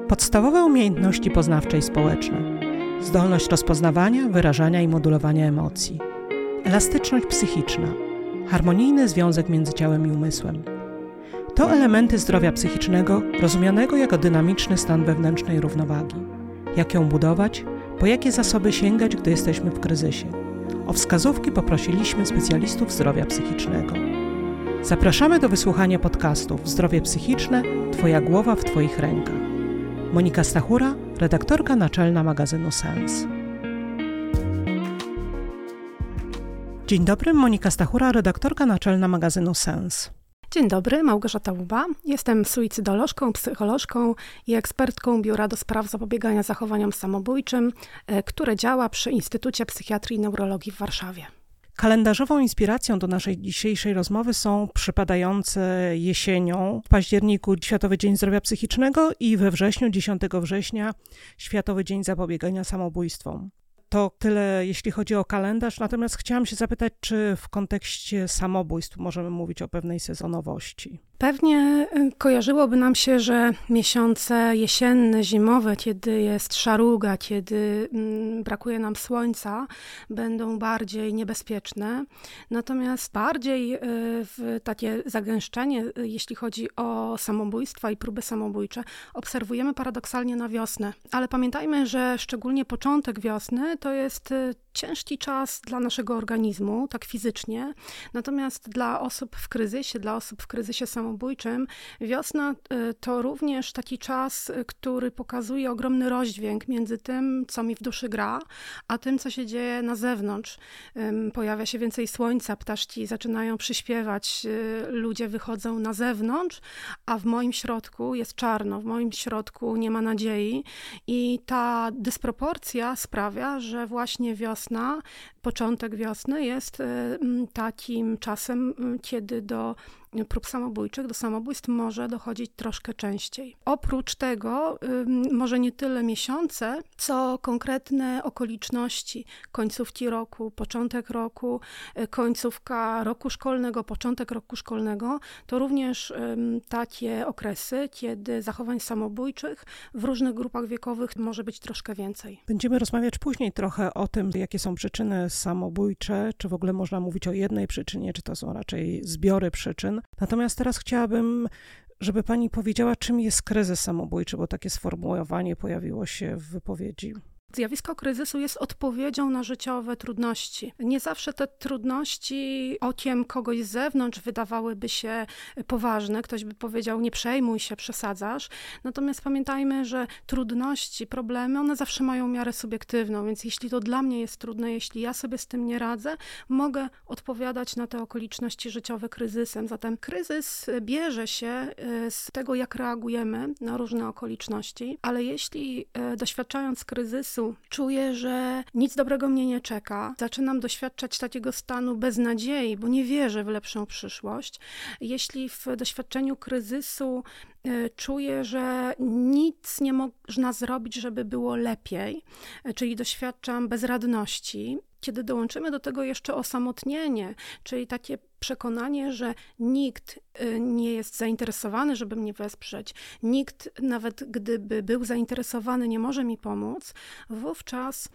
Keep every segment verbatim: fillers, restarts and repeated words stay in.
Podstawowe umiejętności poznawcze i społeczne. Zdolność rozpoznawania, wyrażania i modulowania emocji. Elastyczność psychiczna. Harmonijny związek między ciałem i umysłem. To elementy zdrowia psychicznego, rozumianego jako dynamiczny stan wewnętrznej równowagi. Jak ją budować, po jakie zasoby sięgać, gdy jesteśmy w kryzysie. O wskazówki poprosiliśmy specjalistów zdrowia psychicznego. Zapraszamy do wysłuchania podcastów Zdrowie psychiczne – Twoja głowa w Twoich rękach. Monika Stachura, redaktorka naczelna magazynu Sens. Dzień dobry, Monika Stachura, redaktorka naczelna magazynu Sens. Dzień dobry, Małgorzata Łuba. Jestem suicydolożką, psycholożką i ekspertką Biura do Spraw Zapobiegania Zachowaniom Samobójczym, które działa przy Instytucie Psychiatrii i Neurologii w Warszawie. Kalendarzową inspiracją do naszej dzisiejszej rozmowy są przypadające jesienią, w październiku Światowy Dzień Zdrowia Psychicznego i we wrześniu, dziesiątego września, Światowy Dzień Zapobiegania Samobójstwom. To tyle, jeśli chodzi o kalendarz, natomiast chciałam się zapytać, czy w kontekście samobójstw możemy mówić o pewnej sezonowości? Pewnie kojarzyłoby nam się, że miesiące jesienne, zimowe, kiedy jest szaruga, kiedy brakuje nam słońca, będą bardziej niebezpieczne. Natomiast bardziej w takie zagęszczenie, jeśli chodzi o samobójstwa i próby samobójcze, obserwujemy paradoksalnie na wiosnę. Ale pamiętajmy, że szczególnie początek wiosny to jest ciężki czas dla naszego organizmu, tak fizycznie. Natomiast dla osób w kryzysie, dla osób w kryzysie samobójczym, wiosna to również taki czas, który pokazuje ogromny rozdźwięk między tym, co mi w duszy gra, a tym, co się dzieje na zewnątrz. Pojawia się więcej słońca, ptaszki zaczynają przyśpiewać, ludzie wychodzą na zewnątrz, a w moim środku jest czarno, w moim środku nie ma nadziei i ta dysproporcja sprawia, że właśnie wiosna Wiosna, początek wiosny jest takim czasem, kiedy do prób samobójczych, do samobójstw może dochodzić troszkę częściej. Oprócz tego może nie tyle miesiące, co konkretne okoliczności końcówki roku, początek roku, końcówka roku szkolnego, początek roku szkolnego, to również takie okresy, kiedy zachowań samobójczych w różnych grupach wiekowych może być troszkę więcej. Będziemy rozmawiać później trochę o tym, jakie są przyczyny samobójcze, czy w ogóle można mówić o jednej przyczynie, czy to są raczej zbiory przyczyn. Natomiast teraz chciałabym, żeby pani powiedziała, czym jest kryzys samobójczy, bo takie sformułowanie pojawiło się w wypowiedzi. Zjawisko kryzysu jest odpowiedzią na życiowe trudności. Nie zawsze te trudności okiem kogoś z zewnątrz wydawałyby się poważne. Ktoś by powiedział, nie przejmuj się, przesadzasz. Natomiast pamiętajmy, że trudności, problemy, one zawsze mają miarę subiektywną, więc jeśli to dla mnie jest trudne, jeśli ja sobie z tym nie radzę, mogę odpowiadać na te okoliczności życiowe kryzysem. Zatem kryzys bierze się z tego, jak reagujemy na różne okoliczności, ale jeśli doświadczając kryzysu czuję, że nic dobrego mnie nie czeka. Zaczynam doświadczać takiego stanu beznadziei, bo nie wierzę w lepszą przyszłość. Jeśli w doświadczeniu kryzysu czuję, że nic nie można zrobić, żeby było lepiej, czyli doświadczam bezradności. Kiedy dołączymy do tego jeszcze osamotnienie, czyli takie przekonanie, że nikt nie jest zainteresowany, żeby mnie wesprzeć, nikt nawet gdyby był zainteresowany, nie może mi pomóc, wówczas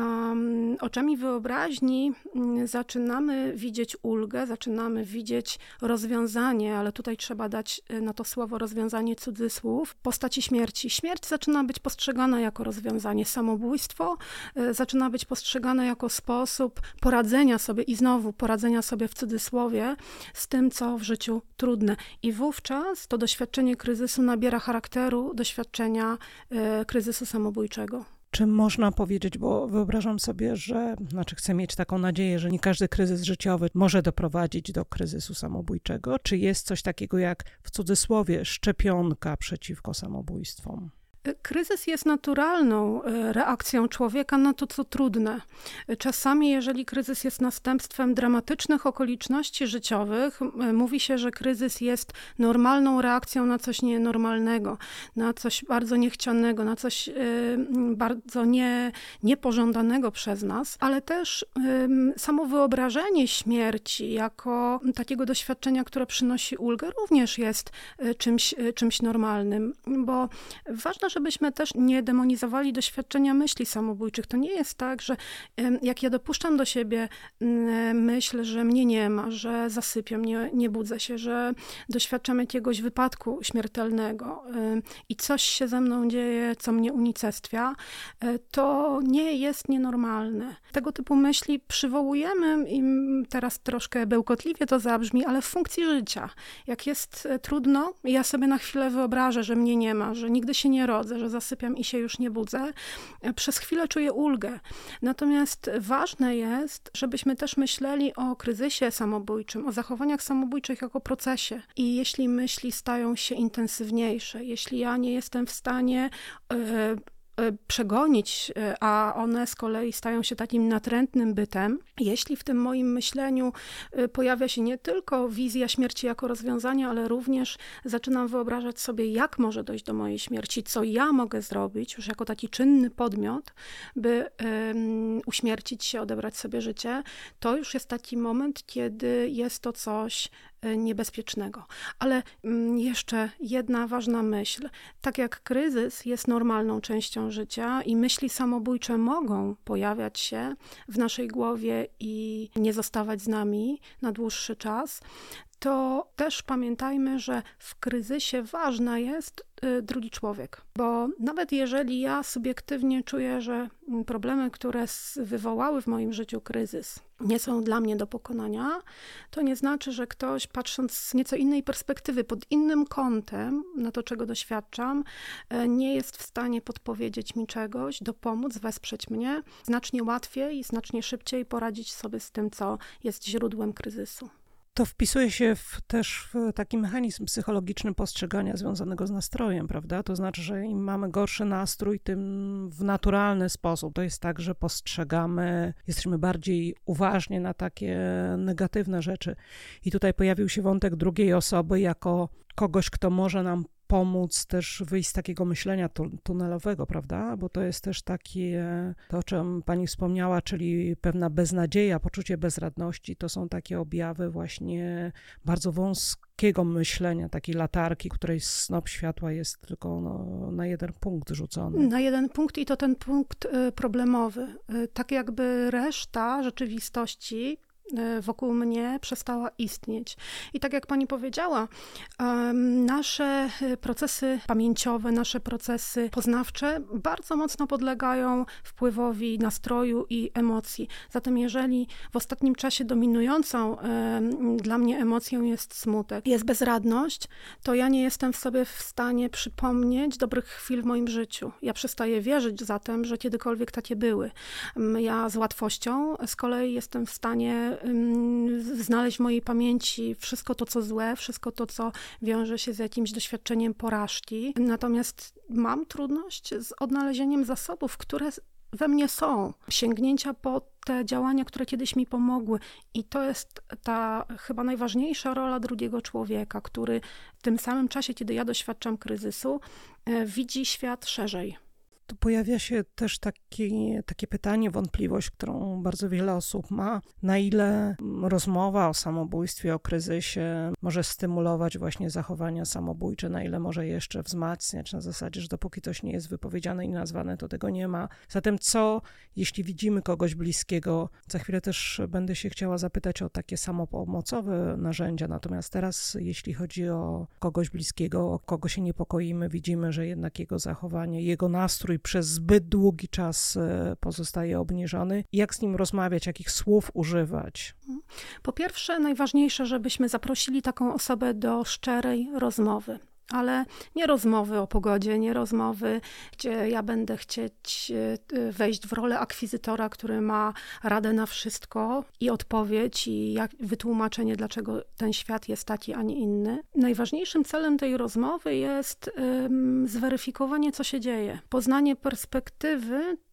Um, oczami wyobraźni zaczynamy widzieć ulgę, zaczynamy widzieć rozwiązanie, ale tutaj trzeba dać na to słowo rozwiązanie cudzysłów, w postaci śmierci. Śmierć zaczyna być postrzegana jako rozwiązanie, samobójstwo y, zaczyna być postrzegane jako sposób poradzenia sobie i znowu poradzenia sobie w cudzysłowie z tym, co w życiu trudne. I wówczas to doświadczenie kryzysu nabiera charakteru doświadczenia y, kryzysu samobójczego. Czy można powiedzieć, bo wyobrażam sobie, że, znaczy chcę mieć taką nadzieję, że nie każdy kryzys życiowy może doprowadzić do kryzysu samobójczego. Czy jest coś takiego jak, w cudzysłowie, szczepionka przeciwko samobójstwom? Kryzys jest naturalną reakcją człowieka na to, co trudne. Czasami, jeżeli kryzys jest następstwem dramatycznych okoliczności życiowych, mówi się, że kryzys jest normalną reakcją na coś nienormalnego, na coś bardzo niechcianego, na coś bardzo nie, niepożądanego przez nas, ale też samo wyobrażenie śmierci jako takiego doświadczenia, które przynosi ulgę, również jest czymś, czymś normalnym, bo ważna ważne, żebyśmy też nie demonizowali doświadczenia myśli samobójczych. To nie jest tak, że jak ja dopuszczam do siebie myśl, że mnie nie ma, że zasypiam, nie, nie budzę się, że doświadczam jakiegoś wypadku śmiertelnego i coś się ze mną dzieje, co mnie unicestwia, to nie jest nienormalne. Tego typu myśli przywołujemy i teraz troszkę bełkotliwie to zabrzmi, ale w funkcji życia. Jak jest trudno, ja sobie na chwilę wyobrażę, że mnie nie ma, że nigdy się nie rodzę, że zasypiam i się już nie budzę, przez chwilę czuję ulgę. Natomiast ważne jest, żebyśmy też myśleli o kryzysie samobójczym, o zachowaniach samobójczych jako procesie. I jeśli myśli stają się intensywniejsze, jeśli ja nie jestem w stanie yy, przegonić, a one z kolei stają się takim natrętnym bytem, jeśli w tym moim myśleniu pojawia się nie tylko wizja śmierci jako rozwiązania, ale również zaczynam wyobrażać sobie, jak może dojść do mojej śmierci, co ja mogę zrobić już jako taki czynny podmiot, by um, uśmiercić się, odebrać sobie życie, to już jest taki moment, kiedy jest to coś niebezpiecznego. Ale jeszcze jedna ważna myśl. Tak jak kryzys jest normalną częścią życia i myśli samobójcze mogą pojawiać się w naszej głowie i nie zostawać z nami na dłuższy czas, to też pamiętajmy, że w kryzysie ważna jest drugi człowiek. Bo nawet jeżeli ja subiektywnie czuję, że problemy, które wywołały w moim życiu kryzys, nie są dla mnie do pokonania, to nie znaczy, że ktoś, patrząc z nieco innej perspektywy, pod innym kątem na to, czego doświadczam, nie jest w stanie podpowiedzieć mi czegoś, dopomóc, wesprzeć mnie znacznie łatwiej i znacznie szybciej poradzić sobie z tym, co jest źródłem kryzysu. To wpisuje się w, też w taki mechanizm psychologiczny postrzegania związanego z nastrojem, prawda? To znaczy, że im mamy gorszy nastrój, tym w naturalny sposób. To jest tak, że postrzegamy, jesteśmy bardziej uważni na takie negatywne rzeczy. I tutaj pojawił się wątek drugiej osoby jako kogoś, kto może nam pomóc też wyjść z takiego myślenia tunelowego, prawda? Bo to jest też takie, to o czym pani wspomniała, czyli pewna beznadzieja, poczucie bezradności, to są takie objawy właśnie bardzo wąskiego myślenia, takiej latarki, której snop światła jest tylko no, na jeden punkt rzucony. Na jeden punkt i to ten punkt problemowy. Tak jakby reszta rzeczywistości wokół mnie przestała istnieć. I tak jak pani powiedziała, nasze procesy pamięciowe, nasze procesy poznawcze bardzo mocno podlegają wpływowi nastroju i emocji. Zatem jeżeli w ostatnim czasie dominującą dla mnie emocją jest smutek, jest bezradność, to ja nie jestem w sobie w stanie przypomnieć dobrych chwil w moim życiu. Ja przestaję wierzyć zatem, że kiedykolwiek takie były. Ja z łatwością z kolei jestem w stanie znaleźć w mojej pamięci wszystko to, co złe, wszystko to, co wiąże się z jakimś doświadczeniem porażki. Natomiast mam trudność z odnalezieniem zasobów, które we mnie są. Sięgnięcia po te działania, które kiedyś mi pomogły. I to jest ta chyba najważniejsza rola drugiego człowieka, który w tym samym czasie, kiedy ja doświadczam kryzysu, widzi świat szerzej. Tu pojawia się też taki, takie pytanie, wątpliwość, którą bardzo wiele osób ma, na ile rozmowa o samobójstwie, o kryzysie może stymulować właśnie zachowania samobójcze, na ile może jeszcze wzmacniać, na zasadzie, że dopóki coś nie jest wypowiedziane i nazwane, to tego nie ma. Zatem co, jeśli widzimy kogoś bliskiego? Za chwilę też będę się chciała zapytać o takie samopomocowe narzędzia, natomiast teraz, jeśli chodzi o kogoś bliskiego, o kogo się niepokoimy, widzimy, że jednak jego zachowanie, jego nastrój przez zbyt długi czas pozostaje obniżony. Jak z nim rozmawiać, jakich słów używać? Po pierwsze, najważniejsze, żebyśmy zaprosili taką osobę do szczerej rozmowy. Ale nie rozmowy o pogodzie, nie rozmowy, gdzie ja będę chcieć wejść w rolę akwizytora, który ma radę na wszystko i odpowiedź i jak, wytłumaczenie, dlaczego ten świat jest taki, a nie inny. Najważniejszym celem tej rozmowy jest um, zweryfikowanie, co się dzieje. Poznanie perspektywy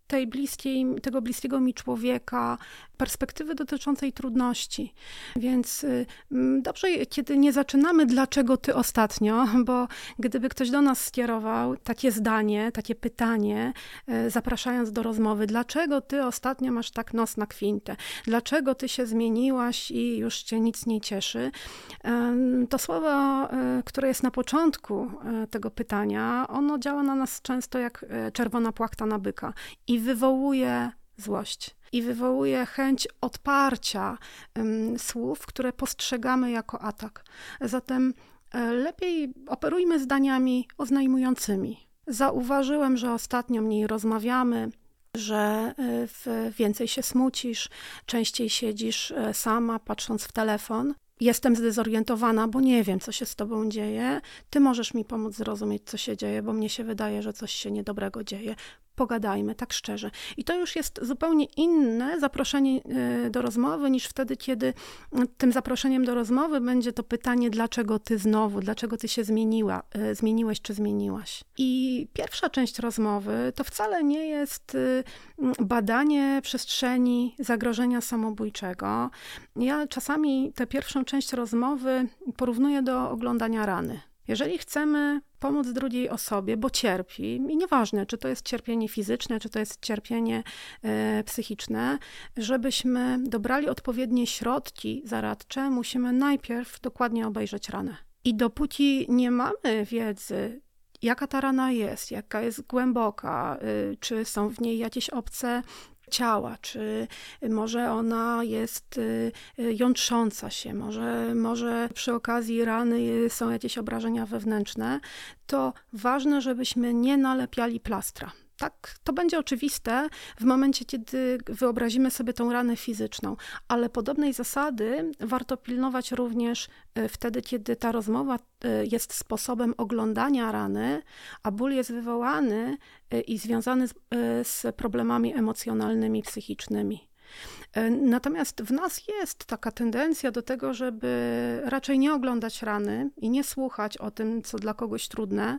tej bliskiej, tego bliskiego mi człowieka, perspektywy dotyczącej trudności. Więc y, dobrze, kiedy nie zaczynamy dlaczego ty ostatnio, bo gdyby ktoś do nas skierował takie zdanie, takie pytanie, y, zapraszając do rozmowy, dlaczego ty ostatnio masz tak nos na kwintę, dlaczego ty się zmieniłaś i już cię nic nie cieszy, y, to słowo, y, które jest na początku y, tego pytania, ono działa na nas często jak y, czerwona płachta na byka i wywołuje złość. I wywołuje chęć odparcia um, słów, które postrzegamy jako atak. Zatem e, lepiej operujmy zdaniami oznajmującymi. Zauważyłem, że ostatnio mniej rozmawiamy, że e, w, więcej się smucisz, częściej siedzisz e, sama, patrząc w telefon. Jestem zdezorientowana, bo nie wiem, co się z tobą dzieje. Ty możesz mi pomóc zrozumieć, co się dzieje, bo mnie się wydaje, że coś się niedobrego dzieje. Pogadajmy, tak szczerze. I to już jest zupełnie inne zaproszenie do rozmowy niż wtedy, kiedy tym zaproszeniem do rozmowy będzie to pytanie, dlaczego ty znowu, dlaczego ty się zmieniła, zmieniłeś czy zmieniłaś. I pierwsza część rozmowy to wcale nie jest badanie przestrzeni zagrożenia samobójczego. Ja czasami tę pierwszą część rozmowy porównuję do oglądania rany. Jeżeli chcemy pomóc drugiej osobie, bo cierpi, i nieważne, czy to jest cierpienie fizyczne, czy to jest cierpienie e, psychiczne, żebyśmy dobrali odpowiednie środki zaradcze, musimy najpierw dokładnie obejrzeć ranę. I dopóki nie mamy wiedzy, jaka ta rana jest, jaka jest głęboka, y, czy są w niej jakieś obce ciała, czy może ona jest jątrząca się, może, może przy okazji rany są jakieś obrażenia wewnętrzne, to ważne, żebyśmy nie nalepiali plastra. Tak, to będzie oczywiste w momencie, kiedy wyobrazimy sobie tą ranę fizyczną, ale podobnej zasady warto pilnować również wtedy, kiedy ta rozmowa jest sposobem oglądania rany, a ból jest wywołany i związany z, z problemami emocjonalnymi, psychicznymi. Natomiast w nas jest taka tendencja do tego, żeby raczej nie oglądać rany i nie słuchać o tym, co dla kogoś trudne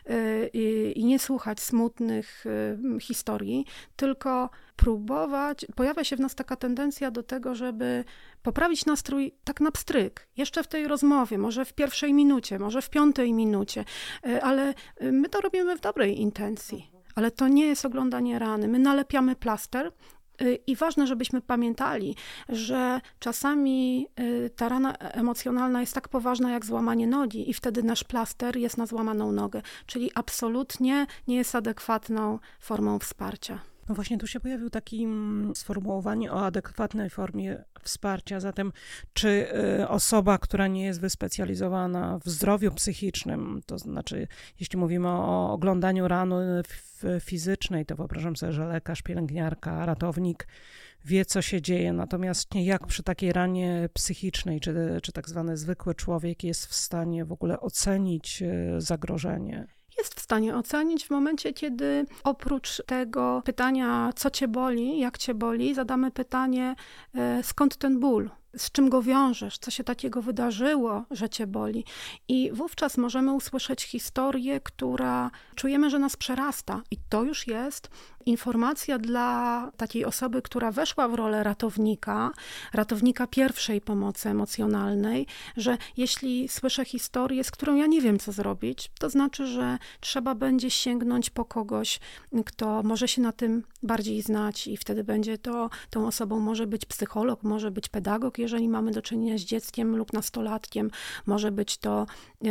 i, i nie słuchać smutnych historii, tylko próbować, pojawia się w nas taka tendencja do tego, żeby poprawić nastrój tak na pstryk, jeszcze w tej rozmowie, może w pierwszej minucie, może w piątej minucie, ale my to robimy w dobrej intencji. Ale to nie jest oglądanie rany. My nalepiamy plaster. I ważne, żebyśmy pamiętali, że czasami ta rana emocjonalna jest tak poważna jak złamanie nogi i wtedy nasz plaster jest na złamaną nogę, czyli absolutnie nie jest adekwatną formą wsparcia. No właśnie tu się pojawił takie sformułowanie o adekwatnej formie wsparcia. Zatem czy osoba, która nie jest wyspecjalizowana w zdrowiu psychicznym, to znaczy jeśli mówimy o oglądaniu rany fizycznej, to wyobrażam sobie, że lekarz, pielęgniarka, ratownik wie, co się dzieje, natomiast nie jak przy takiej ranie psychicznej, czy, czy tak zwany zwykły człowiek jest w stanie w ogóle ocenić zagrożenie? Jest w stanie ocenić w momencie, kiedy oprócz tego pytania, co cię boli, jak cię boli, zadamy pytanie, skąd ten ból, z czym go wiążesz, co się takiego wydarzyło, że cię boli. I wówczas możemy usłyszeć historię, która czujemy, że nas przerasta. I to już jest informacja dla takiej osoby, która weszła w rolę ratownika, ratownika pierwszej pomocy emocjonalnej, że jeśli słyszę historię, z którą ja nie wiem, co zrobić, to znaczy, że trzeba będzie sięgnąć po kogoś, kto może się na tym bardziej znać i wtedy będzie to, tą osobą może być psycholog, może być pedagog, jeżeli mamy do czynienia z dzieckiem lub nastolatkiem, może być to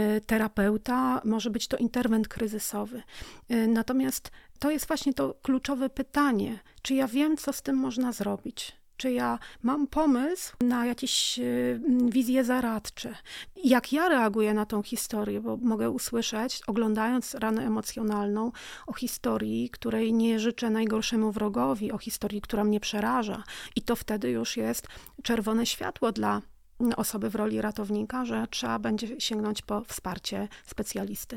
terapeuta, może być to interwent kryzysowy. Natomiast to jest właśnie to kluczowe pytanie, czy ja wiem, co z tym można zrobić? Czy ja mam pomysł na jakieś wizje zaradcze? Jak ja reaguję na tą historię, bo mogę usłyszeć, oglądając ranę emocjonalną, o historii, której nie życzę najgorszemu wrogowi, o historii, która mnie przeraża. I to wtedy już jest czerwone światło dla osoby w roli ratownika, że trzeba będzie sięgnąć po wsparcie specjalisty.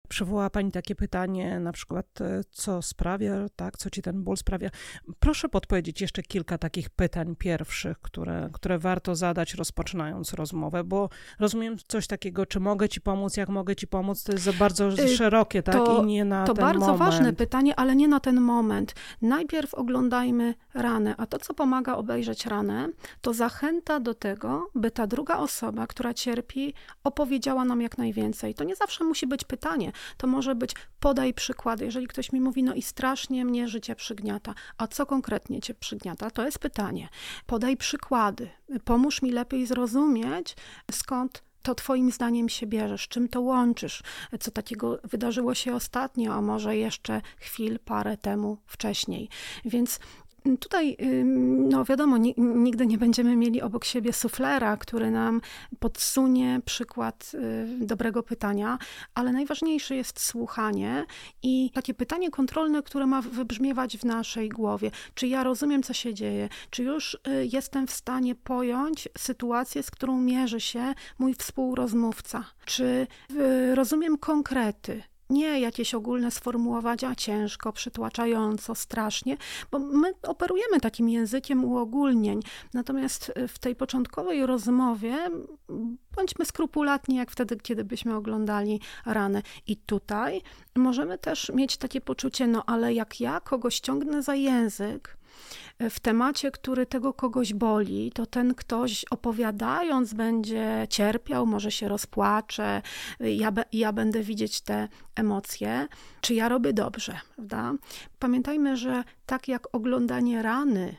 Przywołała Pani takie pytanie, na przykład, co sprawia, tak, co ci ten ból sprawia. Proszę podpowiedzieć jeszcze kilka takich pytań pierwszych, które, które warto zadać, rozpoczynając rozmowę, bo rozumiem coś takiego, czy mogę ci pomóc, jak mogę ci pomóc, to jest za bardzo y, szerokie, tak, to, i nie na to ten bardzo moment. ważne pytanie, ale nie na ten moment. Najpierw oglądajmy ranę, a to, co pomaga obejrzeć ranę, to zachęta do tego, by ta druga osoba, która cierpi, opowiedziała nam jak najwięcej. To nie zawsze musi być pytanie. To może być podaj przykłady. Jeżeli ktoś mi mówi, no i strasznie mnie życie przygniata, a co konkretnie cię przygniata? To jest pytanie. Podaj przykłady. Pomóż mi lepiej zrozumieć, skąd to twoim zdaniem się bierze, z czym to łączysz, co takiego wydarzyło się ostatnio, a może jeszcze chwil, parę temu wcześniej. Więc tutaj, no wiadomo, nigdy nie będziemy mieli obok siebie suflera, który nam podsunie przykład dobrego pytania, ale najważniejsze jest słuchanie i takie pytanie kontrolne, które ma wybrzmiewać w naszej głowie. Czy ja rozumiem, co się dzieje? Czy już jestem w stanie pojąć sytuację, z którą mierzy się mój współrozmówca? Czy rozumiem konkrety? Nie jakieś ogólne sformułowania, ciężko, przytłaczająco, strasznie, bo my operujemy takim językiem uogólnień. Natomiast w tej początkowej rozmowie bądźmy skrupulatni, jak wtedy, kiedy byśmy oglądali ranę. I tutaj możemy też mieć takie poczucie, no ale jak ja kogoś ciągnę za język, w temacie, który tego kogoś boli, to ten ktoś opowiadając będzie cierpiał, może się rozpłacze, ja, be, ja będę widzieć te emocje, czy ja robię dobrze, prawda? Pamiętajmy, że tak jak oglądanie rany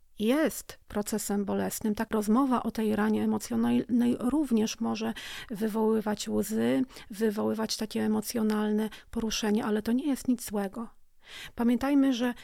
jest procesem bolesnym, tak rozmowa o tej ranie emocjonalnej również może wywoływać łzy, wywoływać takie emocjonalne poruszenie, ale to nie jest nic złego. Pamiętajmy, że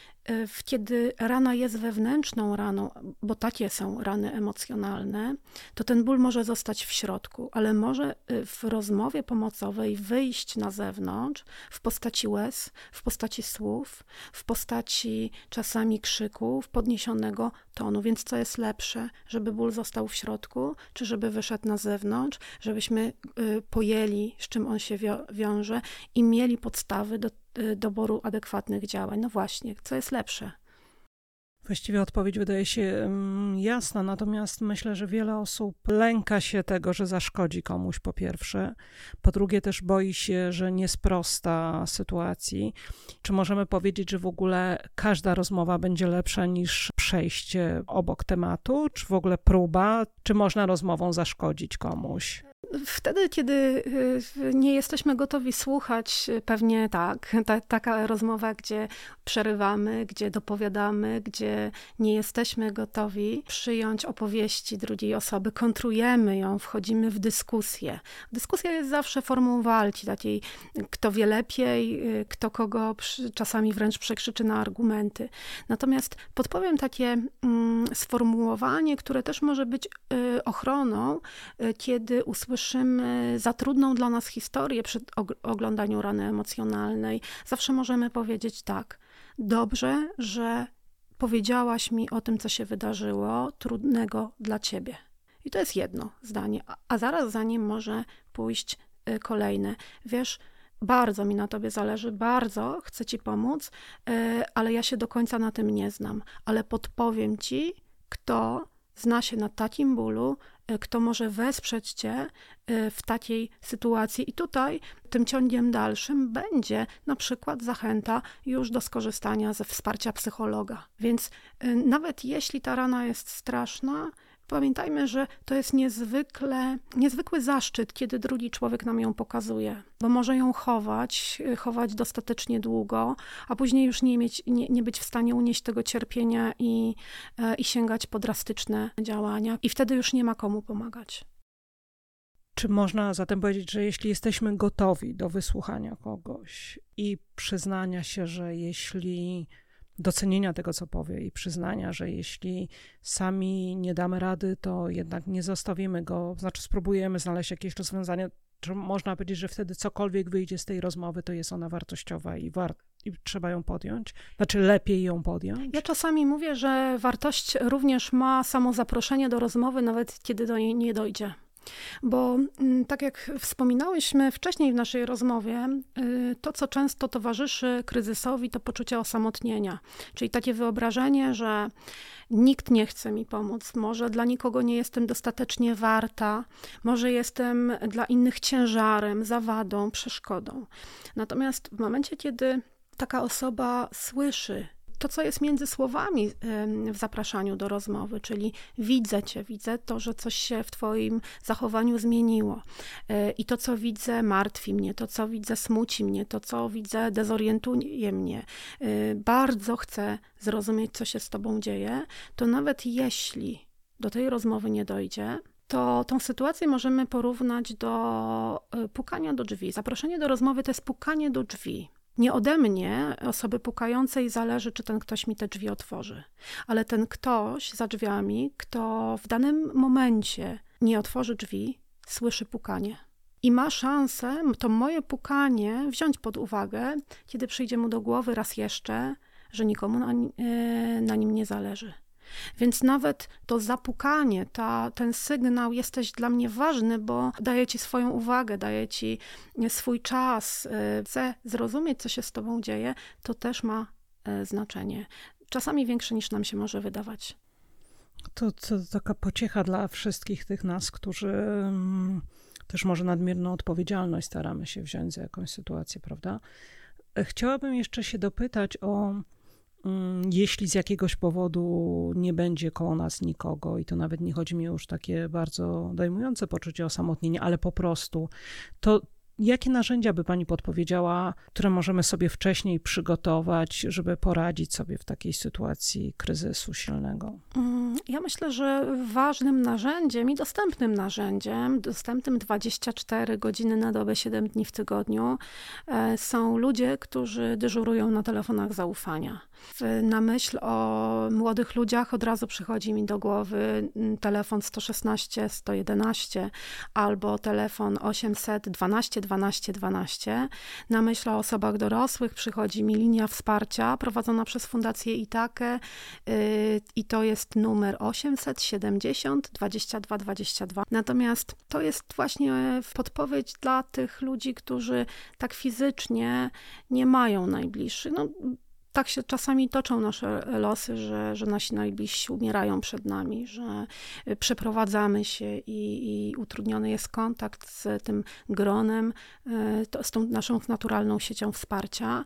kiedy rana jest wewnętrzną raną, bo takie są rany emocjonalne, to ten ból może zostać w środku, ale może w rozmowie pomocowej wyjść na zewnątrz w postaci łez, w postaci słów, w postaci czasami krzyków, podniesionego tonu. Więc co jest lepsze, żeby ból został w środku, czy żeby wyszedł na zewnątrz, żebyśmy pojęli, z czym on się wiąże i mieli podstawy do doboru adekwatnych działań. No właśnie, co jest lepsze? Właściwie odpowiedź wydaje się jasna, natomiast myślę, że wiele osób lęka się tego, że zaszkodzi komuś po pierwsze, po drugie też boi się, że nie sprosta sytuacji. Czy możemy powiedzieć, że w ogóle każda rozmowa będzie lepsza niż przejście obok tematu, czy w ogóle próba, czy można rozmową zaszkodzić komuś? Wtedy, kiedy nie jesteśmy gotowi słuchać, pewnie tak. Ta, taka rozmowa, gdzie przerywamy, gdzie dopowiadamy, gdzie nie jesteśmy gotowi przyjąć opowieści drugiej osoby, kontrujemy ją, wchodzimy w dyskusję. Dyskusja jest zawsze formą walki, takiej kto wie lepiej, kto kogo czasami wręcz przekrzyczy na argumenty. Natomiast podpowiem takie mm, sformułowanie, które też może być y, ochroną, y, kiedy usłyszymy Słyszymy za trudną dla nas historię przy oglądaniu rany emocjonalnej. Zawsze możemy powiedzieć tak, dobrze, że powiedziałaś mi o tym, co się wydarzyło, trudnego dla ciebie. I to jest jedno zdanie, a zaraz za nim może pójść kolejne. Wiesz, bardzo mi na tobie zależy, bardzo chcę ci pomóc, ale ja się do końca na tym nie znam. Ale podpowiem ci, kto zna się na takim bólu, kto może wesprzeć cię w takiej sytuacji. I tutaj tym ciągiem dalszym będzie na przykład zachęta już do skorzystania ze wsparcia psychologa. Więc nawet jeśli ta rana jest straszna, pamiętajmy, że to jest niezwykle, niezwykły zaszczyt, kiedy drugi człowiek nam ją pokazuje, bo może ją chować, chować dostatecznie długo, a później już nie, mieć, nie, nie być w stanie unieść tego cierpienia i, i sięgać po drastyczne działania. I wtedy już nie ma komu pomagać. Czy można zatem powiedzieć, że jeśli jesteśmy gotowi do wysłuchania kogoś i przyznania się, że jeśli docenienia tego, co powie i przyznania, że jeśli sami nie damy rady, to jednak nie zostawimy go, znaczy spróbujemy znaleźć jakieś rozwiązanie, czy można powiedzieć, że wtedy cokolwiek wyjdzie z tej rozmowy, to jest ona wartościowa i, war- i trzeba ją podjąć? Znaczy lepiej ją podjąć? Ja czasami mówię, że wartość również ma samo zaproszenie do rozmowy, nawet kiedy do niej nie dojdzie. Bo tak jak wspominałyśmy wcześniej w naszej rozmowie, to co często towarzyszy kryzysowi to poczucie osamotnienia, czyli takie wyobrażenie, że nikt nie chce mi pomóc, może dla nikogo nie jestem dostatecznie warta, może jestem dla innych ciężarem, zawadą, przeszkodą. Natomiast w momencie, kiedy taka osoba słyszy to, co jest między słowami w zapraszaniu do rozmowy, czyli widzę cię, widzę to, że coś się w twoim zachowaniu zmieniło i to, co widzę, martwi mnie, to, co widzę, smuci mnie, to, co widzę, dezorientuje mnie. Bardzo chcę zrozumieć, co się z tobą dzieje, to nawet jeśli do tej rozmowy nie dojdzie, to tą sytuację możemy porównać do pukania do drzwi. Zaproszenie do rozmowy to jest pukanie do drzwi. Nie ode mnie, osoby pukającej, zależy, czy ten ktoś mi te drzwi otworzy. Ale ten ktoś za drzwiami, kto w danym momencie nie otworzy drzwi, słyszy pukanie. I ma szansę to moje pukanie wziąć pod uwagę, kiedy przyjdzie mu do głowy raz jeszcze, że nikomu na, na nim nie zależy. Więc nawet to zapukanie, ta, ten sygnał, jesteś dla mnie ważny, bo daje ci swoją uwagę, daje ci swój czas, chcę zrozumieć, co się z tobą dzieje, to też ma znaczenie. Czasami większe niż nam się może wydawać. To, to taka pociecha dla wszystkich tych nas, którzy um, też może nadmierną odpowiedzialność staramy się wziąć za jakąś sytuację, prawda? Chciałabym jeszcze się dopytać o jeśli z jakiegoś powodu nie będzie koło nas nikogo, i to nawet nie chodzi mi już takie bardzo dojmujące poczucie osamotnienia, ale po prostu, to jakie narzędzia by pani podpowiedziała, które możemy sobie wcześniej przygotować, żeby poradzić sobie w takiej sytuacji kryzysu silnego? Ja myślę, że ważnym narzędziem i dostępnym narzędziem, dostępnym dwadzieścia cztery godziny na dobę, siedem dni w tygodniu, są ludzie, którzy dyżurują na telefonach zaufania. Na myśl o młodych ludziach od razu przychodzi mi do głowy telefon sto szesnaście sto jedenaście albo telefon osiemset dwanaście dwanaście dwanaście. Na myśl o osobach dorosłych przychodzi mi linia wsparcia prowadzona przez Fundację Itakę i to jest numer osiemset siedemdziesiąt dwadzieścia dwa dwadzieścia dwa. Natomiast to jest właśnie podpowiedź dla tych ludzi, którzy tak fizycznie nie mają najbliższych. No, tak się czasami toczą nasze losy, że, że nasi najbliżsi umierają przed nami, że przeprowadzamy się i, i utrudniony jest kontakt z tym gronem, to, z tą naszą naturalną siecią wsparcia.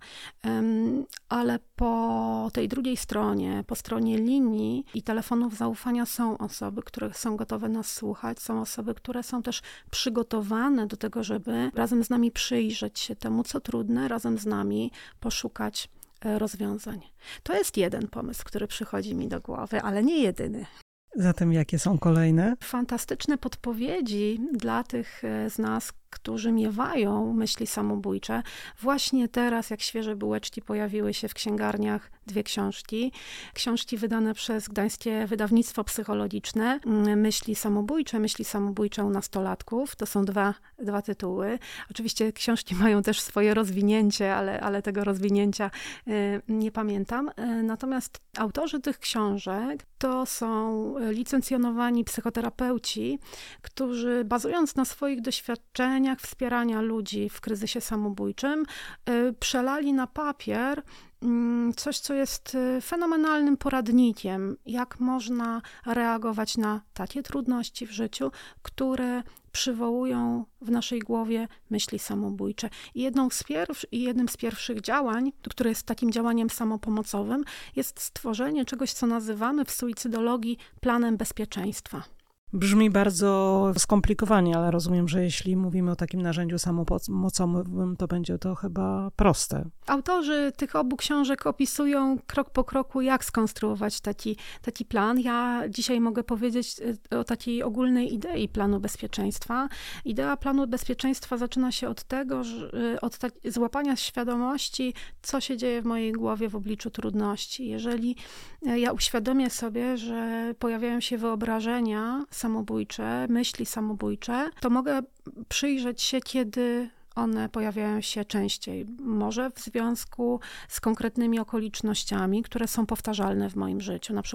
Ale po tej drugiej stronie, po stronie linii i telefonów zaufania są osoby, które są gotowe nas słuchać, są osoby, które są też przygotowane do tego, żeby razem z nami przyjrzeć się temu, co trudne, razem z nami poszukać rozwiązań. To jest jeden pomysł, który przychodzi mi do głowy, ale nie jedyny. Zatem jakie są kolejne? Fantastyczne podpowiedzi dla tych z nas, którzy miewają myśli samobójcze. Właśnie teraz, jak świeże bułeczki, pojawiły się w księgarniach dwie książki. Książki wydane przez Gdańskie Wydawnictwo Psychologiczne. Myśli samobójcze, myśli samobójcze u nastolatków. To są dwa, dwa tytuły. Oczywiście książki mają też swoje rozwinięcie, ale, ale tego rozwinięcia nie pamiętam. Natomiast autorzy tych książek to są licencjonowani psychoterapeuci, którzy bazując na swoich doświadczeniach wspierania ludzi w kryzysie samobójczym, przelali na papier coś, co jest fenomenalnym poradnikiem, jak można reagować na takie trudności w życiu, które przywołują w naszej głowie myśli samobójcze. I jedną z pierwszy, i jednym z pierwszych działań, które jest takim działaniem samopomocowym, jest stworzenie czegoś, co nazywamy w suicydologii planem bezpieczeństwa. Brzmi bardzo skomplikowanie, ale rozumiem, że jeśli mówimy o takim narzędziu samopomocowym, to będzie to chyba proste. Autorzy tych obu książek opisują krok po kroku, jak skonstruować taki, taki plan. Ja dzisiaj mogę powiedzieć o takiej ogólnej idei planu bezpieczeństwa. Idea planu bezpieczeństwa zaczyna się od tego, że, od ta- złapania świadomości, co się dzieje w mojej głowie w obliczu trudności. Jeżeli ja uświadomię sobie, że pojawiają się wyobrażenia samobójcze, myśli samobójcze, to mogę przyjrzeć się, kiedy one pojawiają się częściej. Może w związku z konkretnymi okolicznościami, które są powtarzalne w moim życiu. Na przykład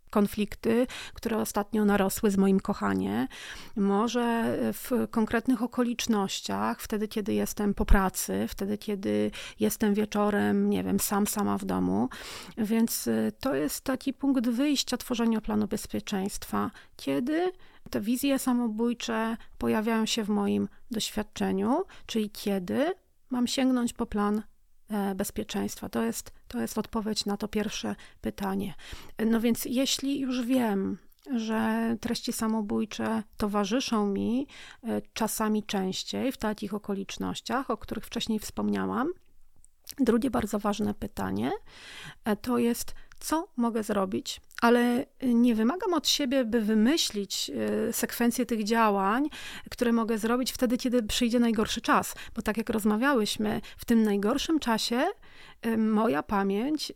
konflikty, które ostatnio narosły z moim kochaniem. Może w konkretnych okolicznościach, wtedy, kiedy jestem po pracy, wtedy, kiedy jestem wieczorem, nie wiem, sam, sama w domu. Więc to jest taki punkt wyjścia tworzenia planu bezpieczeństwa, kiedy te wizje samobójcze pojawiają się w moim doświadczeniu, czyli kiedy mam sięgnąć po plan bezpieczeństwa. To jest, to jest odpowiedź na to pierwsze pytanie. No więc jeśli już wiem, że treści samobójcze towarzyszą mi czasami częściej w takich okolicznościach, o których wcześniej wspomniałam, drugie bardzo ważne pytanie to jest, co mogę zrobić, ale nie wymagam od siebie, by wymyślić sekwencję tych działań, które mogę zrobić wtedy, kiedy przyjdzie najgorszy czas. Bo tak jak rozmawiałyśmy, w tym najgorszym czasie moja pamięć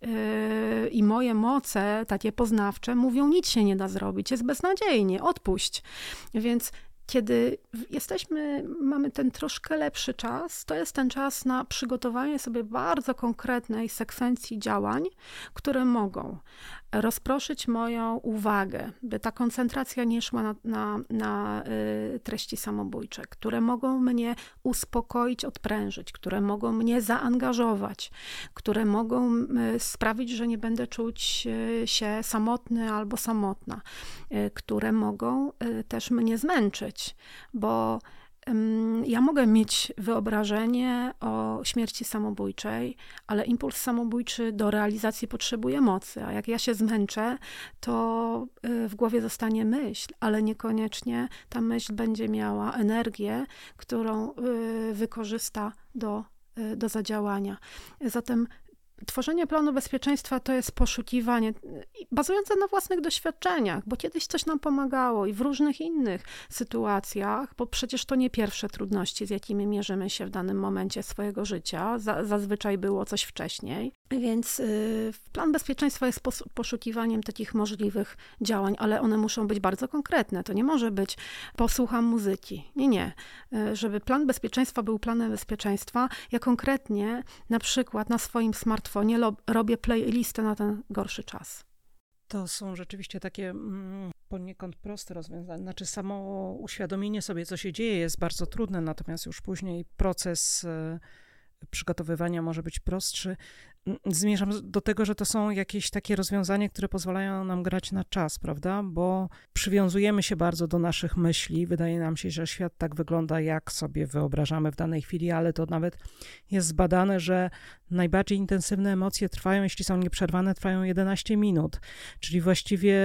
i moje moce takie poznawcze mówią, nic się nie da zrobić, jest beznadziejnie, odpuść. Więc kiedy jesteśmy, mamy ten troszkę lepszy czas, to jest ten czas na przygotowanie sobie bardzo konkretnej sekwencji działań, które mogą rozproszyć moją uwagę, by ta koncentracja nie szła na, na, na y, treści samobójcze, które mogą mnie uspokoić, odprężyć, które mogą mnie zaangażować, które mogą y, sprawić, że nie będę czuć y, się samotny albo samotna, y, które mogą y, też mnie zmęczyć, bo ja mogę mieć wyobrażenie o śmierci samobójczej, ale impuls samobójczy do realizacji potrzebuje mocy, a jak ja się zmęczę, to w głowie zostanie myśl, ale niekoniecznie ta myśl będzie miała energię, którą wykorzysta do, do zadziałania. Zatem tworzenie planu bezpieczeństwa to jest poszukiwanie bazujące na własnych doświadczeniach, bo kiedyś coś nam pomagało i w różnych innych sytuacjach, bo przecież to nie pierwsze trudności, z jakimi mierzymy się w danym momencie swojego życia. Zazwyczaj było coś wcześniej. Więc y, plan bezpieczeństwa jest pos- poszukiwaniem takich możliwych działań, ale one muszą być bardzo konkretne. To nie może być posłucham muzyki. Nie, nie. Y, żeby plan bezpieczeństwa był planem bezpieczeństwa, ja konkretnie na przykład na swoim smartfonie lo- robię playlistę na ten gorszy czas. To są rzeczywiście takie mm, poniekąd proste rozwiązania. Znaczy samo uświadomienie sobie, co się dzieje, jest bardzo trudne, natomiast już później proces y, przygotowywania może być prostszy. Zmierzam do tego, że to są jakieś takie rozwiązania, które pozwalają nam grać na czas, prawda? Bo przywiązujemy się bardzo do naszych myśli. Wydaje nam się, że świat tak wygląda, jak sobie wyobrażamy w danej chwili, ale to nawet jest zbadane, że najbardziej intensywne emocje trwają, jeśli są nieprzerwane, trwają jedenaście minut. Czyli właściwie,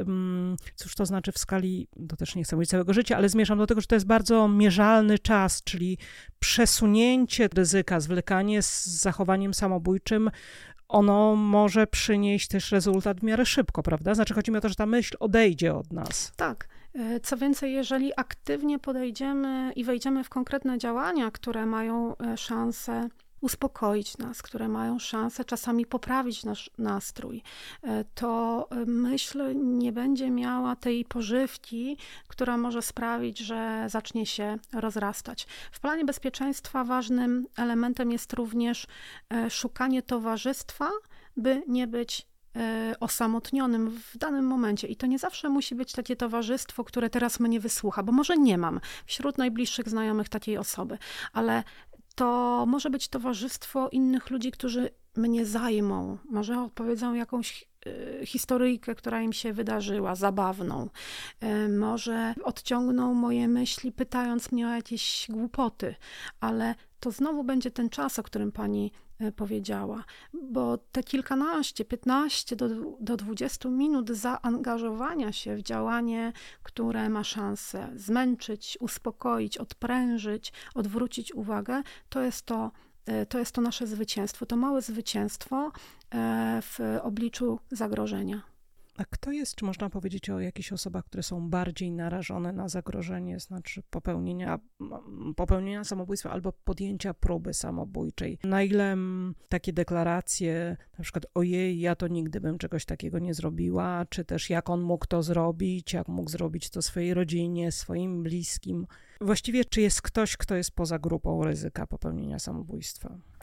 cóż to znaczy w skali, to też nie chcę mówić całego życia, ale zmierzam do tego, że to jest bardzo mierzalny czas, czyli przesunięcie ryzyka, zwlekanie z zachowaniem samobójczym, ono może przynieść też rezultat w miarę szybko, prawda? Znaczy chodzi mi o to, że ta myśl odejdzie od nas. Tak. Co więcej, jeżeli aktywnie podejdziemy i wejdziemy w konkretne działania, które mają szansę uspokoić nas, które mają szansę czasami poprawić nasz nastrój, to myśl nie będzie miała tej pożywki, która może sprawić, że zacznie się rozrastać. W planie bezpieczeństwa ważnym elementem jest również szukanie towarzystwa, by nie być osamotnionym w danym momencie. I to nie zawsze musi być takie towarzystwo, które teraz mnie wysłucha, bo może nie mam wśród najbliższych znajomych takiej osoby, ale to może być towarzystwo innych ludzi, którzy mnie zajmą, może opowiedzą jakąś historyjkę, która im się wydarzyła, zabawną. Może odciągną moje myśli, pytając mnie o jakieś głupoty, ale to znowu będzie ten czas, o którym pani powiedziała, bo te kilkanaście, piętnaście do, do dwudziestu minut zaangażowania się w działanie, które ma szansę zmęczyć, uspokoić, odprężyć, odwrócić uwagę, to jest to, to jest to nasze zwycięstwo, to małe zwycięstwo w obliczu zagrożenia. A kto jest, czy można powiedzieć o jakichś osobach, które są bardziej narażone na zagrożenie, znaczy popełnienia, popełnienia samobójstwa albo podjęcia próby samobójczej? Na ile takie deklaracje, na przykład ojej, ja to nigdy bym czegoś takiego nie zrobiła, czy też jak on mógł to zrobić, jak mógł zrobić to swojej rodzinie, swoim bliskim? Właściwie czy jest ktoś, kto jest poza grupą ryzyka popełnienia samobójstwa?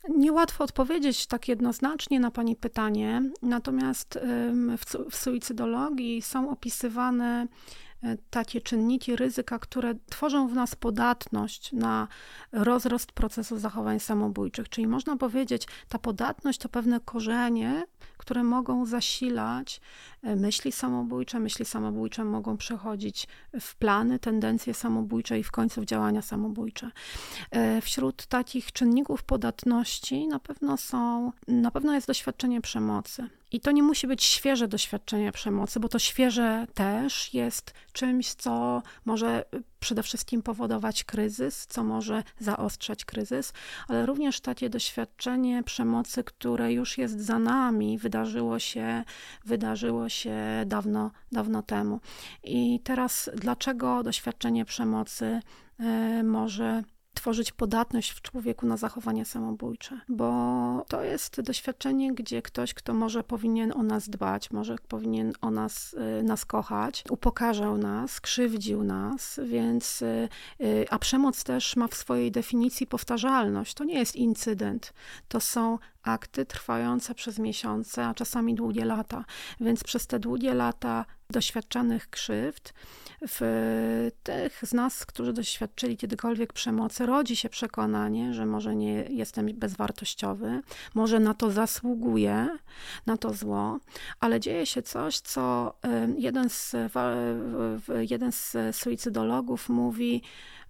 Niełatwo odpowiedzieć tak jednoznacznie na pani pytanie, natomiast w, w suicydologii są opisywane takie czynniki ryzyka, które tworzą w nas podatność na rozrost procesu zachowań samobójczych. Czyli można powiedzieć, ta podatność to pewne korzenie, które mogą zasilać myśli samobójcze. Myśli samobójcze mogą przechodzić w plany, tendencje samobójcze i w końcu w działania samobójcze. Wśród takich czynników podatności na pewno są, na pewno jest doświadczenie przemocy. I to nie musi być świeże doświadczenie przemocy, bo to świeże też jest czymś, co może przede wszystkim powodować kryzys, co może zaostrzać kryzys, ale również takie doświadczenie przemocy, które już jest za nami, wydarzyło się, wydarzyło się dawno, dawno temu. I teraz dlaczego doświadczenie przemocy y, może tworzyć podatność w człowieku na zachowanie samobójcze, bo to jest doświadczenie, gdzie ktoś, kto może powinien o nas dbać, może powinien o nas, nas kochać, upokarzał nas, krzywdził nas, więc, a przemoc też ma w swojej definicji powtarzalność. To nie jest incydent, to są akty trwające przez miesiące, a czasami długie lata, więc przez te długie lata doświadczanych krzywd w tych z nas, którzy doświadczyli kiedykolwiek przemocy, rodzi się przekonanie, że może nie jestem bezwartościowy, może na to zasługuję, na to zło, ale dzieje się coś, co jeden z, jeden z suicydologów mówi,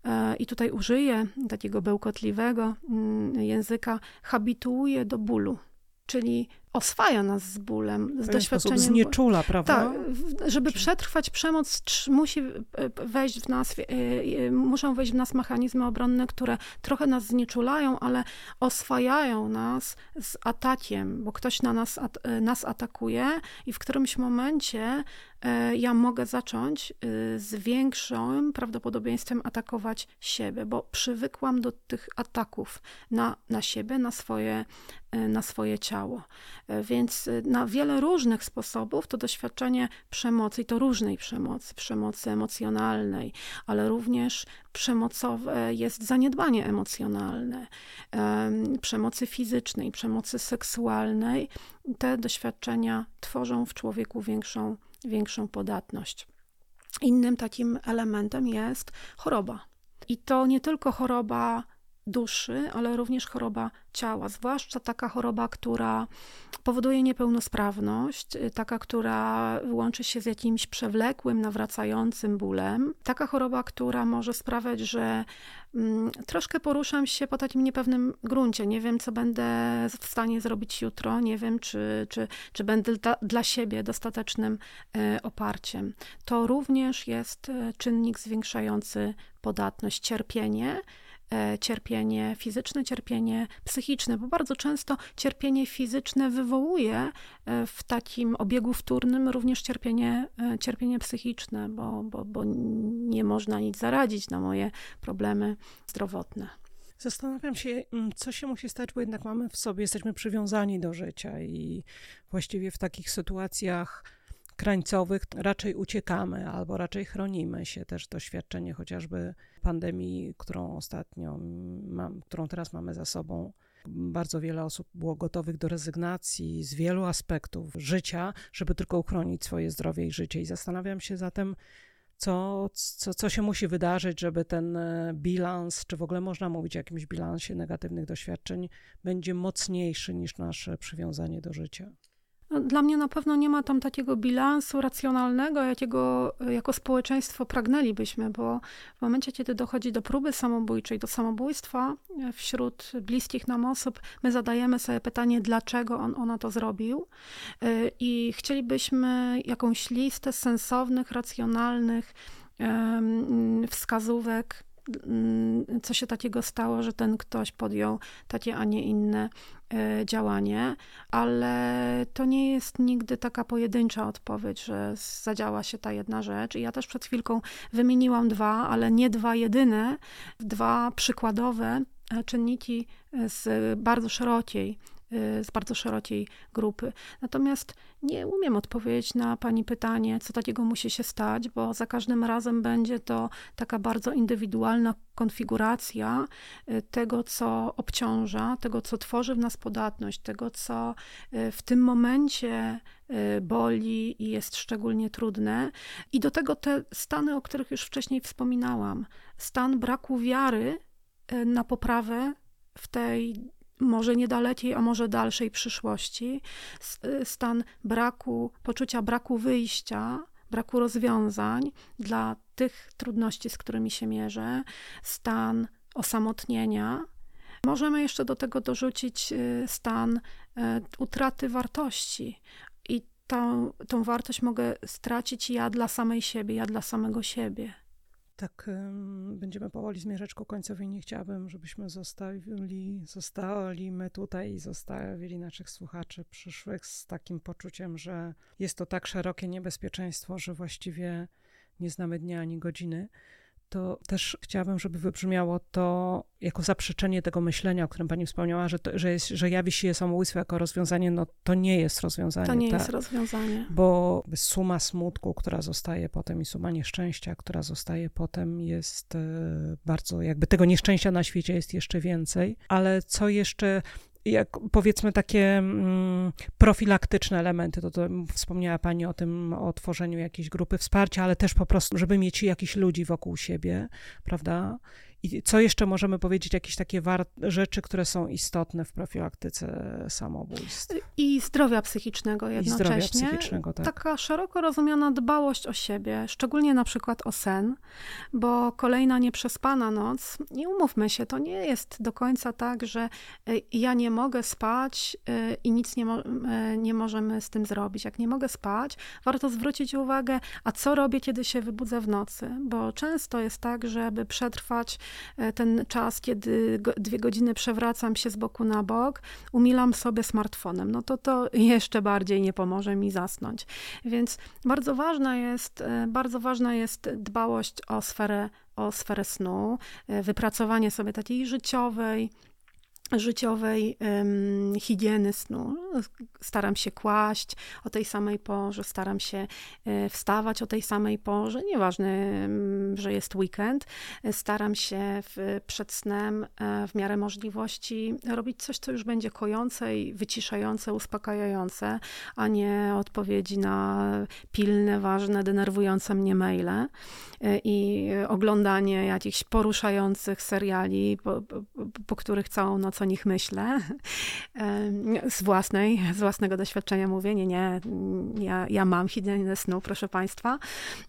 i tutaj użyję takiego bełkotliwego języka, habituuje do bólu, czyli oswaja nas z bólem, z doświadczeniem. Znieczula, prawda? Tak, żeby przetrwać przemoc, musi wejść w nas, muszą wejść w nas mechanizmy obronne, które trochę nas znieczulają, ale oswajają nas z atakiem, bo ktoś na nas, nas atakuje i w którymś momencie ja mogę zacząć z większym prawdopodobieństwem atakować siebie, bo przywykłam do tych ataków na, na siebie, na swoje, na swoje ciało. Więc na wiele różnych sposobów to doświadczenie przemocy, i to różnej przemocy, przemocy emocjonalnej, ale również przemocowe jest zaniedbanie emocjonalne, przemocy fizycznej, przemocy seksualnej. Te doświadczenia tworzą w człowieku większą, większą podatność. Innym takim elementem jest choroba. I to nie tylko choroba duszy, ale również choroba ciała, zwłaszcza taka choroba, która powoduje niepełnosprawność, taka, która łączy się z jakimś przewlekłym, nawracającym bólem, taka choroba, która może sprawiać, że mm, troszkę poruszam się po takim niepewnym gruncie, nie wiem, co będę w stanie zrobić jutro, nie wiem, czy, czy, czy będę dla, dla siebie dostatecznym e, oparciem. To również jest czynnik zwiększający podatność, cierpienie, cierpienie fizyczne, cierpienie psychiczne, bo bardzo często cierpienie fizyczne wywołuje w takim obiegu wtórnym również cierpienie, cierpienie psychiczne, bo, bo, bo nie można nic zaradzić na moje problemy zdrowotne. Zastanawiam się, co się musi stać, bo jednak mamy w sobie, jesteśmy przywiązani do życia i właściwie w takich sytuacjach krańcowych raczej uciekamy albo raczej chronimy się. Też doświadczenie chociażby pandemii, którą ostatnio mam, którą teraz mamy za sobą. Bardzo wiele osób było gotowych do rezygnacji z wielu aspektów życia, żeby tylko uchronić swoje zdrowie i życie. I zastanawiam się zatem, co, co, co się musi wydarzyć, żeby ten bilans, czy w ogóle można mówić o jakimś bilansie negatywnych doświadczeń, będzie mocniejszy niż nasze przywiązanie do życia. Dla mnie na pewno nie ma tam takiego bilansu racjonalnego, jakiego jako społeczeństwo pragnęlibyśmy, bo w momencie, kiedy dochodzi do próby samobójczej, do samobójstwa wśród bliskich nam osób, my zadajemy sobie pytanie, dlaczego on, ona to zrobił, i chcielibyśmy jakąś listę sensownych, racjonalnych wskazówek, co się takiego stało, że ten ktoś podjął takie, a nie inne działanie, ale to nie jest nigdy taka pojedyncza odpowiedź, że zadziała się ta jedna rzecz. I ja też przed chwilką wymieniłam dwa, ale nie dwa jedyne, dwa przykładowe czynniki z bardzo szerokiej z bardzo szerokiej grupy. Natomiast nie umiem odpowiedzieć na pani pytanie, co takiego musi się stać, bo za każdym razem będzie to taka bardzo indywidualna konfiguracja tego, co obciąża, tego, co tworzy w nas podatność, tego, co w tym momencie boli i jest szczególnie trudne. I do tego te stany, o których już wcześniej wspominałam. Stan braku wiary na poprawę w tej może niedalekiej, a może dalszej przyszłości. Stan braku, poczucia braku wyjścia, braku rozwiązań dla tych trudności, z którymi się mierzę. Stan osamotnienia. Możemy jeszcze do tego dorzucić stan utraty wartości. I tą, tą wartość mogę stracić ja dla samej siebie, ja dla samego siebie. Tak, będziemy powoli zmierzać ku końcowi. Nie chciałabym, żebyśmy zostawili, zostali my tutaj i zostawili naszych słuchaczy przyszłych z takim poczuciem, że jest to tak szerokie niebezpieczeństwo, że właściwie nie znamy dnia ani godziny. To też chciałabym, żeby wybrzmiało to jako zaprzeczenie tego myślenia, o którym pani wspomniała, że, to, że, jest, że jawi się samobójstwo jako rozwiązanie. No to nie jest rozwiązanie. To nie tak, jest rozwiązanie. Bo suma smutku, która zostaje potem i suma nieszczęścia, która zostaje potem jest bardzo, jakby tego nieszczęścia na świecie jest jeszcze więcej. Ale co jeszcze... Jak powiedzmy takie mm, profilaktyczne elementy, to, to wspomniała pani o tym, o tworzeniu jakiejś grupy wsparcia, ale też po prostu, żeby mieć jakichś ludzi wokół siebie, prawda? I co jeszcze możemy powiedzieć, jakieś takie war- rzeczy, które są istotne w profilaktyce samobójstw? I zdrowia psychicznego jednocześnie. I zdrowia psychicznego, tak. Taka szeroko rozumiana dbałość o siebie, szczególnie na przykład o sen, bo kolejna nieprzespana noc, i umówmy się, to nie jest do końca tak, że ja nie mogę spać i nic nie, mo- nie możemy z tym zrobić. Jak nie mogę spać, warto zwrócić uwagę, a co robię, kiedy się wybudzę w nocy, bo często jest tak, żeby przetrwać ten czas, kiedy dwie godziny przewracam się z boku na bok, umilam sobie smartfonem, no to to jeszcze bardziej nie pomoże mi zasnąć. Więc bardzo ważna jest, bardzo ważna jest dbałość o sferę, o sferę snu, wypracowanie sobie takiej życiowej, życiowej um, higieny snu. Staram się kłaść o tej samej porze, staram się e, wstawać o tej samej porze, nieważne, m, że jest weekend. Staram się w, przed snem e, w miarę możliwości robić coś, co już będzie kojące i wyciszające, uspokajające, a nie odpowiedzi na pilne, ważne, denerwujące mnie maile e, i oglądanie jakichś poruszających seriali, po, po, po których całą noc o nich myślę, z własnej, z własnego doświadczenia mówię, nie, nie, ja, ja mam higienę snu, proszę państwa.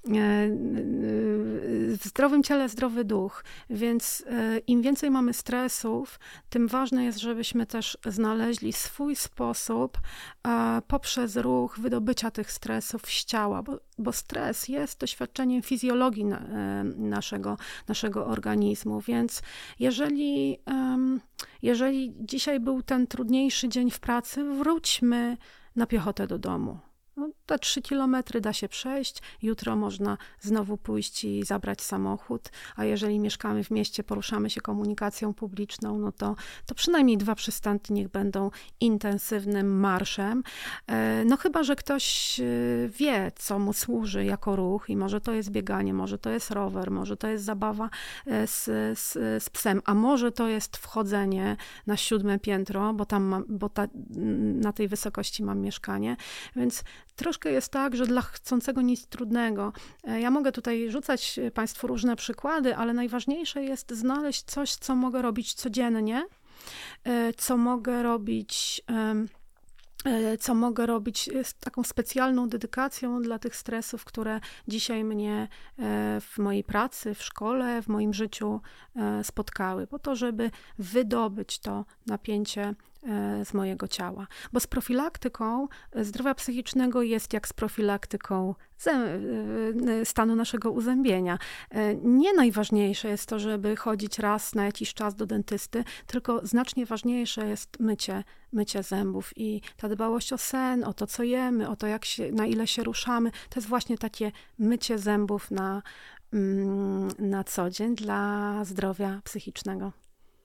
W zdrowym ciele zdrowy duch, więc im więcej mamy stresów, tym ważne jest, żebyśmy też znaleźli swój sposób poprzez ruch wydobycia tych stresów z ciała, bo, bo stres jest doświadczeniem fizjologii na, naszego, naszego organizmu, więc jeżeli Jeżeli dzisiaj był ten trudniejszy dzień w pracy, wróćmy na piechotę do domu. No, te trzy kilometry da się przejść, jutro można znowu pójść i zabrać samochód, a jeżeli mieszkamy w mieście, poruszamy się komunikacją publiczną, no to, to przynajmniej dwa przystanki niech będą intensywnym marszem. No chyba, że ktoś wie, co mu służy jako ruch i może to jest bieganie, może to jest rower, może to jest zabawa z, z, z psem, a może to jest wchodzenie na siódme piętro, bo tam mam, bo ta, na tej wysokości mam mieszkanie, więc troszkę jest tak, że dla chcącego nic trudnego. Ja mogę tutaj rzucać państwu różne przykłady, ale najważniejsze jest znaleźć coś, co mogę robić codziennie, co mogę robić, co mogę robić z taką specjalną dedykacją dla tych stresów, które dzisiaj mnie w mojej pracy, w szkole, w moim życiu spotkały, po to, żeby wydobyć to napięcie z mojego ciała. Bo z profilaktyką zdrowia psychicznego jest jak z profilaktyką stanu naszego uzębienia. Nie najważniejsze jest to, żeby chodzić raz na jakiś czas do dentysty, tylko znacznie ważniejsze jest mycie, mycie zębów i ta dbałość o sen, o to, co jemy, o to, jak się, na ile się ruszamy. To jest właśnie takie mycie zębów na, na co dzień dla zdrowia psychicznego.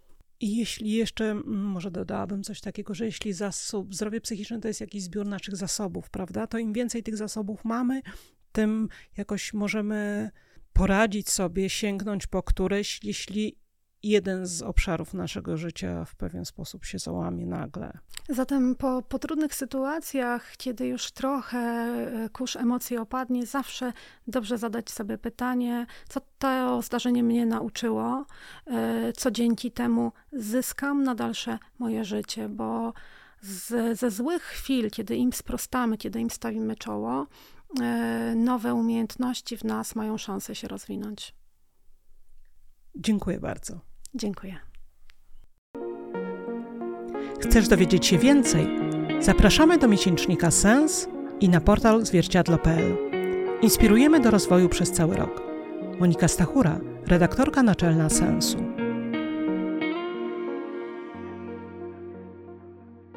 I jeśli jeszcze, może dodałabym coś takiego, że jeśli zasób, zdrowie psychiczne to jest jakiś zbiór naszych zasobów, prawda, to im więcej tych zasobów mamy, tym jakoś możemy poradzić sobie, sięgnąć po któreś, jeśli jeden z obszarów naszego życia w pewien sposób się załamie nagle. Zatem po, po trudnych sytuacjach, kiedy już trochę kurz emocji opadnie, zawsze dobrze zadać sobie pytanie, co to zdarzenie mnie nauczyło, co dzięki temu zyskam na dalsze moje życie, bo z, ze złych chwil, kiedy im sprostamy, kiedy im stawimy czoło, nowe umiejętności w nas mają szansę się rozwinąć. Dziękuję bardzo. Dziękuję. Chcesz dowiedzieć się więcej? Zapraszamy do miesięcznika Sens i na portal zwierciadlo kropka pe el. Inspirujemy do rozwoju przez cały rok. Monika Stachura, redaktorka naczelna Sensu.